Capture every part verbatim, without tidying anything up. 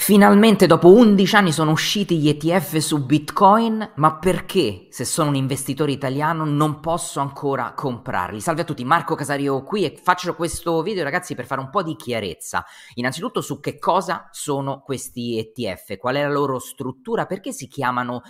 Finalmente dopo undici anni sono usciti gli E T F su Bitcoin, ma perché, se sono un investitore italiano, non posso ancora comprarli? Salve a tutti, Marco Casario qui e faccio questo video, ragazzi, per fare un po' di chiarezza. Innanzitutto su che cosa sono questi E T F, qual è la loro struttura, perché si chiamano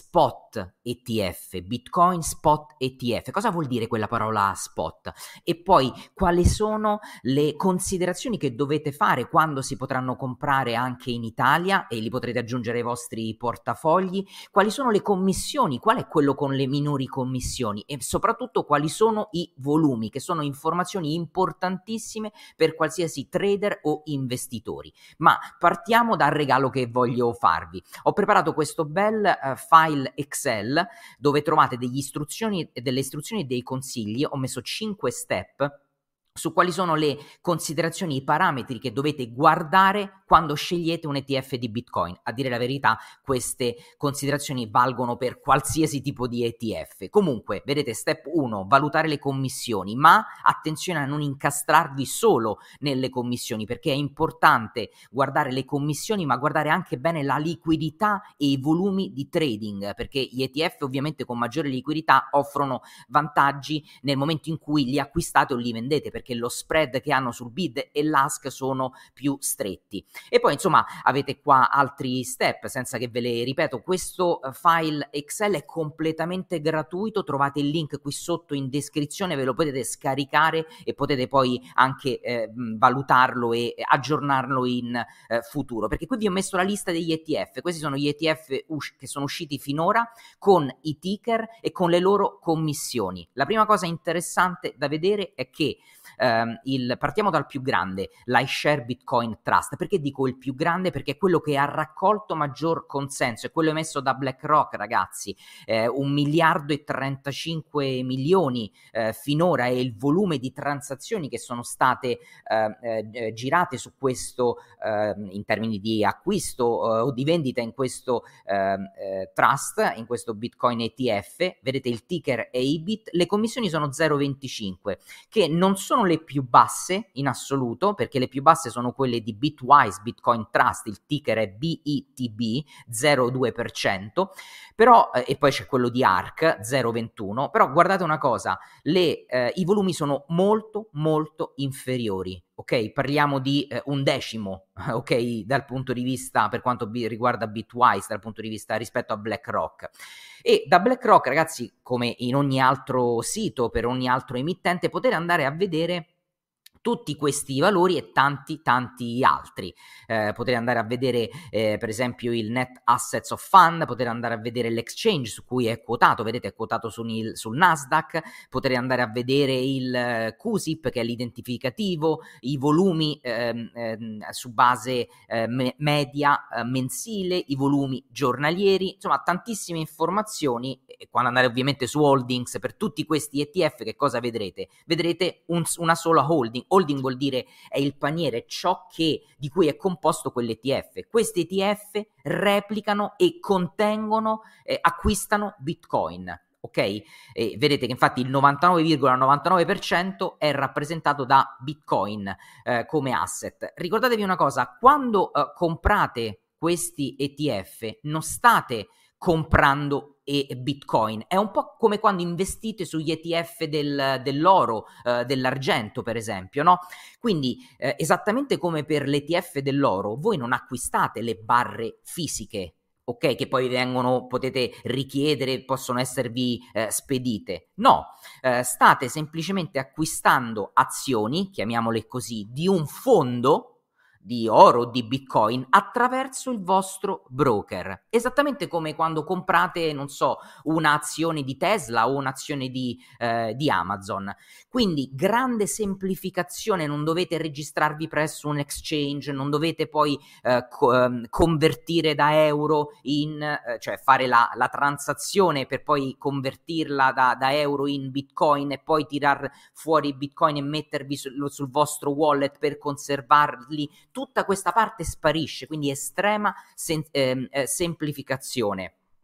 spot E T F, Bitcoin Spot E T F, cosa vuol dire quella parola spot? E poi quali sono le considerazioni che dovete fare quando si potranno comprare anche in Italia e li potrete aggiungere ai vostri portafogli, quali sono le commissioni, qual è quello con le minori commissioni e soprattutto quali sono i volumi, che sono informazioni importantissime per qualsiasi trader o investitori. Ma partiamo dal regalo che voglio farvi. Ho preparato questo bel uh, file Excel dove trovate degli istruzioni, delle istruzioni e dei consigli. Ho messo cinque step su quali sono le considerazioni, i parametri che dovete guardare quando scegliete un E T F di Bitcoin. A dire la verità, queste considerazioni valgono per qualsiasi tipo di E T F. Comunque, vedete, step uno, valutare le commissioni, ma attenzione a non incastrarvi solo nelle commissioni, perché è importante guardare le commissioni, ma guardare anche bene la liquidità e i volumi di trading, perché gli E T F ovviamente con maggiore liquidità offrono vantaggi nel momento in cui li acquistate o li vendete, perché lo spread che hanno sul bid e l'ask sono più stretti. E poi insomma avete qua altri step, senza che ve le ripeto. Questo file Excel è completamente gratuito, trovate il link qui sotto in descrizione, ve lo potete scaricare e potete poi anche eh, valutarlo e aggiornarlo in eh, futuro, perché qui vi ho messo la lista degli E T F. Questi sono gli E T F us- che sono usciti finora, con i ticker e con le loro commissioni. La prima cosa interessante da vedere è che Uh, il, partiamo dal più grande, l'iShare Bitcoin Trust. Perché dico il più grande? Perché è quello che ha raccolto maggior consenso, è quello emesso da BlackRock, ragazzi. Eh, un miliardo e trentacinque milioni eh, finora è il volume di transazioni che sono state eh, eh, girate su questo eh, in termini di acquisto eh, o di vendita in questo eh, eh, trust, in questo Bitcoin E T F. Vedete il ticker è I B I T, le commissioni sono zero virgola venticinque, che non sono le più basse in assoluto, perché le più basse sono quelle di Bitwise Bitcoin Trust, il ticker è B I T B, zero virgola due per cento, però eh, e poi c'è quello di ARK zero virgola ventuno, però guardate una cosa, le, eh, i volumi sono molto molto inferiori, ok? Parliamo di eh, un decimo, ok? Dal punto di vista, per quanto bi- riguarda Bitwise, dal punto di vista rispetto a BlackRock. E da BlackRock, ragazzi, come in ogni altro sito, per ogni altro emittente, potete andare a vedere tutti questi valori e tanti tanti altri. Eh, potete andare a vedere eh, per esempio il Net Assets of Fund, potete andare a vedere l'exchange su cui è quotato, vedete è quotato sul, sul Nasdaq, potete andare a vedere il eh, Q S I P, che è l'identificativo, i volumi eh, eh, su base eh, me- media eh, mensile, i volumi giornalieri, insomma tantissime informazioni. E quando andare ovviamente su holdings per tutti questi E T F, che cosa vedrete? Vedrete un, una sola holding. Holding vuol dire è il paniere, ciò che, di cui è composto quell'E T F. Questi E T F replicano e contengono, eh, acquistano Bitcoin. Ok? E vedete che infatti il novantanove virgola novantanove per cento è rappresentato da Bitcoin eh, come asset. Ricordatevi una cosa, quando eh, comprate questi E T F non state comprando e Bitcoin, è un po' come quando investite sugli E T F del, dell'oro, eh, dell'argento per esempio, no? Quindi eh, esattamente come per l'E T F dell'oro, voi non acquistate le barre fisiche, ok, che poi vengono, potete richiedere, possono esservi eh, spedite. No, eh, state semplicemente acquistando azioni, chiamiamole così, di un fondo di oro o di Bitcoin attraverso il vostro broker, esattamente come quando comprate, non so, un'azione di Tesla o un'azione di, eh, di Amazon. Quindi grande semplificazione, non dovete registrarvi presso un exchange, non dovete poi eh, co- convertire da euro in, eh, cioè fare la, la transazione per poi convertirla da, da euro in Bitcoin e poi tirar fuori Bitcoin e mettervi sul, sul vostro wallet per conservarli. Tutta questa parte sparisce, quindi estrema sen- ehm, eh, semplificazione.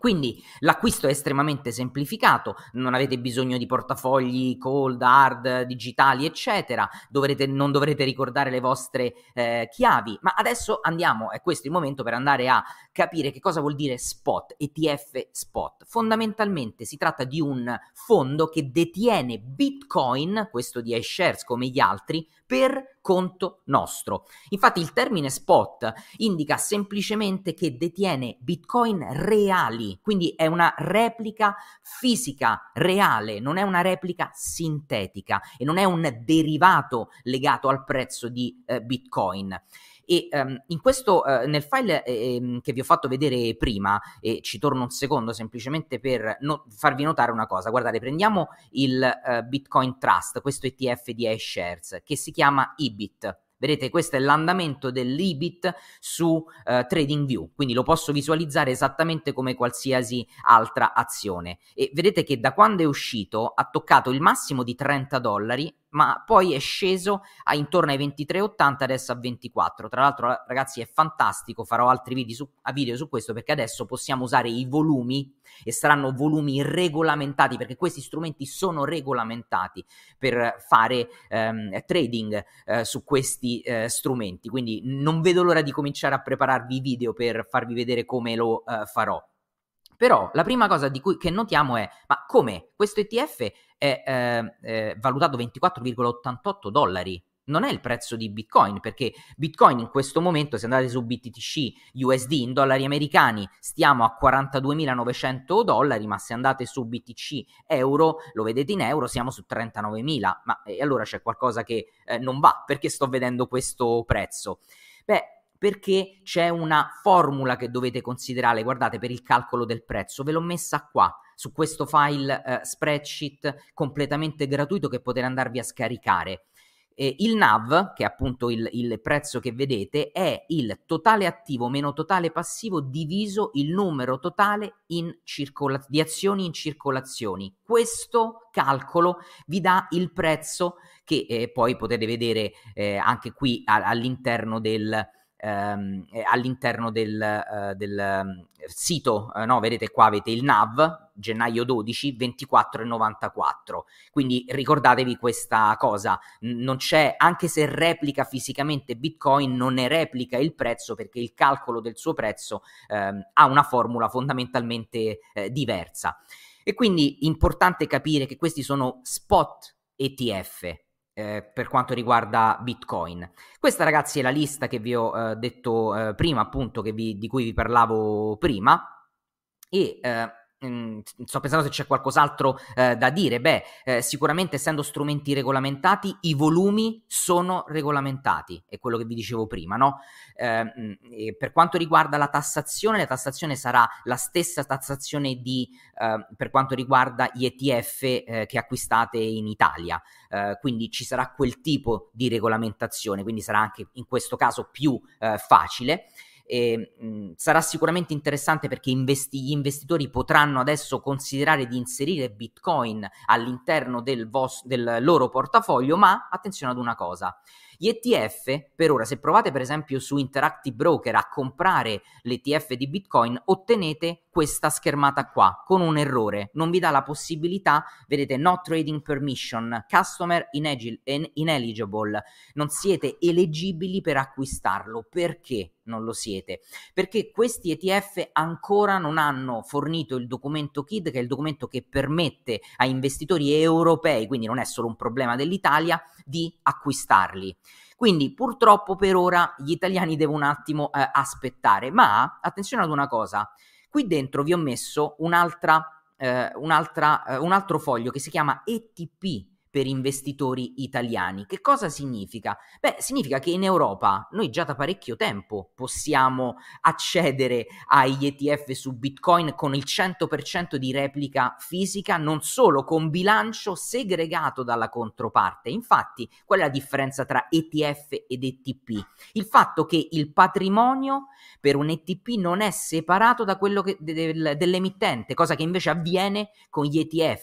Quindi l'acquisto è estremamente semplificato, non avete bisogno di portafogli cold, hard, digitali, eccetera, dovrete, non dovrete ricordare le vostre eh, chiavi, ma adesso andiamo, è questo il momento per andare a capire che cosa vuol dire spot, E T F spot. Fondamentalmente si tratta di un fondo che detiene Bitcoin, questo di iShares come gli altri, per conto nostro. Infatti il termine spot indica semplicemente che detiene Bitcoin reali, quindi è una replica fisica reale, non è una replica sintetica e non è un derivato legato al prezzo di eh, Bitcoin. E um, in questo uh, nel file eh, che vi ho fatto vedere prima, e ci torno un secondo semplicemente per no- farvi notare una cosa, guardate, prendiamo il uh, Bitcoin Trust, questo E T F di iShares che si chiama I B I T. Vedete, questo è l'andamento dell'I B I T su uh, TradingView, quindi lo posso visualizzare esattamente come qualsiasi altra azione. E vedete che da quando è uscito ha toccato il massimo di trenta dollari, ma poi è sceso a intorno ai ventitré virgola ottanta, adesso a ventiquattro. Tra l'altro, ragazzi, è fantastico, farò altri video su, video su questo, perché adesso possiamo usare i volumi e saranno volumi regolamentati, perché questi strumenti sono regolamentati per fare ehm, trading eh, su questi eh, strumenti, quindi non vedo l'ora di cominciare a prepararvi i video per farvi vedere come lo eh, farò. Però la prima cosa di cui che notiamo è, ma come questo E T F è eh, eh, valutato ventiquattro virgola ottantotto dollari? Non è il prezzo di Bitcoin, perché Bitcoin in questo momento, se andate su B T C U S D in dollari americani, stiamo a quarantaduemilanovecento dollari, ma se andate su B T C euro, lo vedete in euro, siamo su trentanovemila. Ma e allora c'è qualcosa che eh, non va, perché sto vedendo questo prezzo? Beh, perché c'è una formula che dovete considerare, guardate, per il calcolo del prezzo, ve l'ho messa qua, su questo file eh, spreadsheet completamente gratuito che potete andarvi a scaricare. Eh, il N A V, che è appunto il, il prezzo che vedete, è il totale attivo meno totale passivo diviso il numero totale in circola- di azioni in circolazioni. Questo calcolo vi dà il prezzo che eh, poi potete vedere eh, anche qui a- all'interno del... Ehm, all'interno del, uh, del um, sito, uh, no, vedete qua avete il N A V, gennaio dodici, ventiquattro virgola novantaquattro, quindi ricordatevi questa cosa, N- non c'è, anche se replica fisicamente Bitcoin, non ne replica il prezzo, perché il calcolo del suo prezzo ehm, ha una formula fondamentalmente eh, diversa. E quindi importante capire che questi sono spot E T F. Eh, per quanto riguarda Bitcoin. Questa, ragazzi, è la lista che vi ho eh, detto eh, prima, appunto, che vi, di cui vi parlavo prima, e eh, mh, sto pensando se c'è qualcos'altro eh, da dire. Beh, eh, sicuramente, essendo strumenti regolamentati, i volumi sono regolamentati, è quello che vi dicevo prima, no? Eh, mh, e per quanto riguarda la tassazione, la tassazione sarà la stessa tassazione di, eh, per quanto riguarda gli E T F eh, che acquistate in Italia. Uh, quindi ci sarà quel tipo di regolamentazione, quindi sarà anche in questo caso più uh, facile. E, mh, sarà sicuramente interessante, perché investi- gli investitori potranno adesso considerare di inserire Bitcoin all'interno del, vos- del loro portafoglio, ma attenzione ad una cosa: gli E T F, per ora, se provate per esempio su Interactive Broker a comprare l'E T F di Bitcoin, ottenete questa schermata qua con un errore, non vi dà la possibilità, vedete, no trading permission, customer inegi- ineligible, non siete eleggibili per acquistarlo. Perché non lo siete? Perché questi E T F ancora non hanno fornito il documento K I D, che è il documento che permette a investitori europei, quindi non è solo un problema dell'Italia, di acquistarli. Quindi purtroppo per ora gli italiani devono un attimo eh, aspettare, ma attenzione ad una cosa: qui dentro vi ho messo un'altra, eh, un'altra, eh, un altro foglio che si chiama E T P per investitori italiani. Che cosa significa? Beh, significa che in Europa noi già da parecchio tempo possiamo accedere agli E T F su Bitcoin con il cento per cento di replica fisica, non solo, con bilancio segregato dalla controparte. Infatti, qual è la differenza tra E T F ed E T P? Il fatto che il patrimonio per un E T P non è separato da quello che, del, dell'emittente, cosa che invece avviene con gli E T F.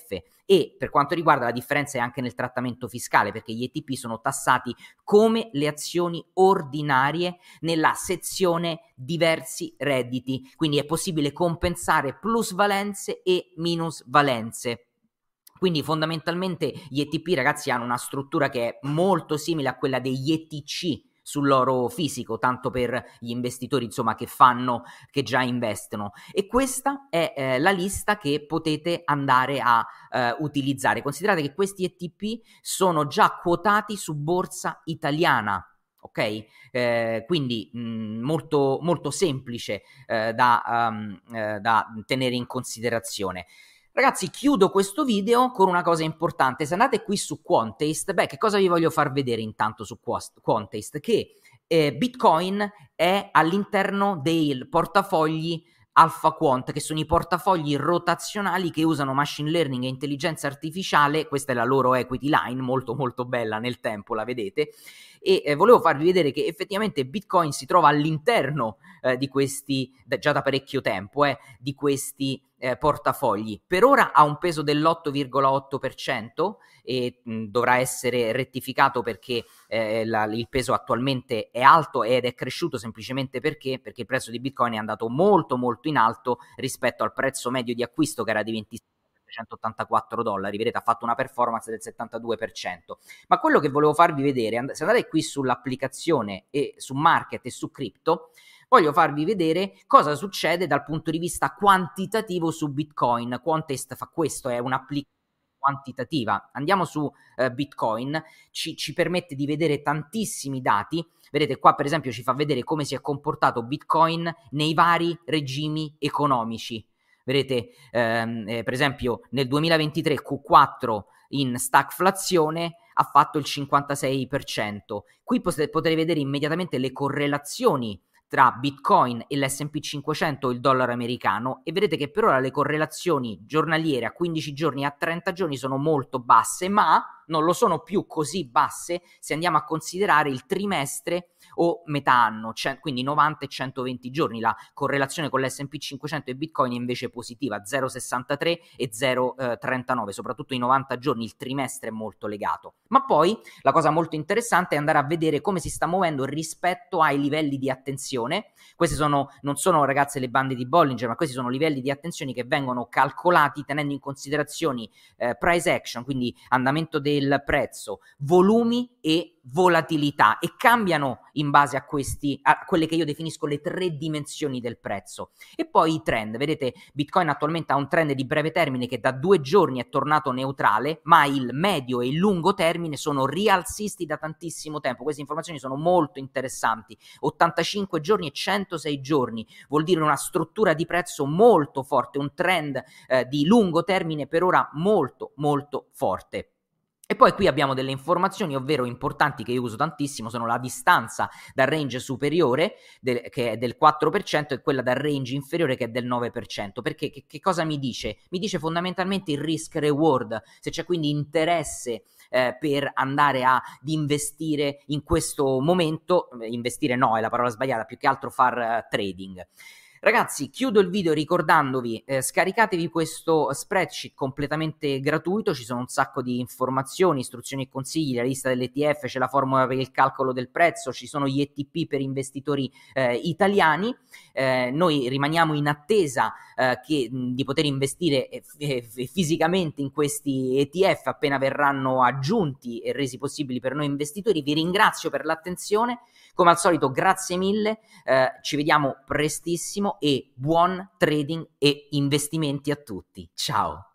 e per quanto riguarda la differenza è anche nel trattamento fiscale, perché gli E T P sono tassati come le azioni ordinarie nella sezione diversi redditi, quindi è possibile compensare plusvalenze e minusvalenze. Quindi fondamentalmente gli E T P, ragazzi, hanno una struttura che è molto simile a quella degli E T C sull'oro fisico, tanto per gli investitori insomma che fanno, che già investono, e questa è eh, la lista che potete andare a eh, utilizzare. Considerate che questi E T P sono già quotati su borsa italiana. Ok, eh, quindi mh, molto, molto semplice eh, da, um, eh, da tenere in considerazione. Ragazzi, chiudo questo video con una cosa importante. Se andate qui su Quantest, beh, che cosa vi voglio far vedere intanto su Quantest? Che eh, Bitcoin è all'interno dei portafogli Alpha Quant, che sono i portafogli rotazionali che usano machine learning e intelligenza artificiale. Questa è la loro equity line, molto molto bella nel tempo, la vedete, e eh, volevo farvi vedere che effettivamente Bitcoin si trova all'interno eh, di questi, da, già da parecchio tempo, eh, di questi eh, portafogli. Per ora ha un peso dell'otto virgola otto per cento e mh, dovrà essere rettificato perché eh, la, il peso attualmente è alto ed è cresciuto semplicemente perché, perché il prezzo di Bitcoin è andato molto molto in alto rispetto al prezzo medio di acquisto che era di ventiseicentoottantaquattro dollari. Vedete, ha fatto una performance del settantadue per cento. Ma quello che volevo farvi vedere, se andate qui sull'applicazione e su market e su cripto, voglio farvi vedere cosa succede dal punto di vista quantitativo su Bitcoin. Quantest fa questo, è un'applicazione quantitativa. Andiamo su eh, Bitcoin, ci, ci permette di vedere tantissimi dati. Vedete qua per esempio ci fa vedere come si è comportato Bitcoin nei vari regimi economici. Vedete ehm, eh, per esempio nel duemilaventitré Q quattro in stagflazione ha fatto il cinquantasei per cento. Qui potete, potete vedere immediatamente le correlazioni tra Bitcoin e l'S and P cinquecento, il dollaro americano, e vedete che per ora le correlazioni giornaliere a quindici giorni e a trenta giorni sono molto basse, ma non lo sono più così basse se andiamo a considerare il trimestre o metà anno, cioè, quindi novanta e centoventi giorni. La correlazione con l'S and P cinquecento e Bitcoin è invece positiva, zero virgola sessantatré e zero virgola trentanove, soprattutto i novanta giorni, il trimestre è molto legato. Ma poi la cosa molto interessante è andare a vedere come si sta muovendo rispetto ai livelli di attenzione. Queste sono, non sono ragazze le bande di Bollinger, ma questi sono livelli di attenzione che vengono calcolati tenendo in considerazione eh, price action, quindi andamento del prezzo, volumi e volatilità, e cambiano in base a questi, a quelle che io definisco le tre dimensioni del prezzo. E poi i trend. Vedete, Bitcoin attualmente ha un trend di breve termine che da due giorni è tornato neutrale, ma il medio e il lungo termine sono rialzisti da tantissimo tempo. Queste informazioni sono molto interessanti. ottantacinque giorni e centosei giorni vuol dire una struttura di prezzo molto forte, un trend eh, di lungo termine per ora molto molto forte. E poi qui abbiamo delle informazioni, ovvero importanti, che io uso tantissimo, sono la distanza dal range superiore, del, che è del quattro per cento, e quella dal range inferiore, che è del nove per cento. Perché che, che cosa mi dice? Mi dice fondamentalmente il risk reward, se c'è quindi interesse eh, per andare ad investire in questo momento. Investire no, è la parola sbagliata, più che altro far uh, trading. Ragazzi, chiudo il video ricordandovi, eh, scaricatevi questo spreadsheet completamente gratuito, ci sono un sacco di informazioni, istruzioni e consigli, la lista dell'E T F, c'è la formula per il calcolo del prezzo, ci sono gli E T P per investitori eh, italiani. Eh, noi rimaniamo in attesa eh, che, mh, di poter investire eh, f- fisicamente in questi E T F appena verranno aggiunti e resi possibili per noi investitori. Vi ringrazio per l'attenzione, come al solito grazie mille, eh, ci vediamo prestissimo e buon trading e investimenti a tutti. Ciao!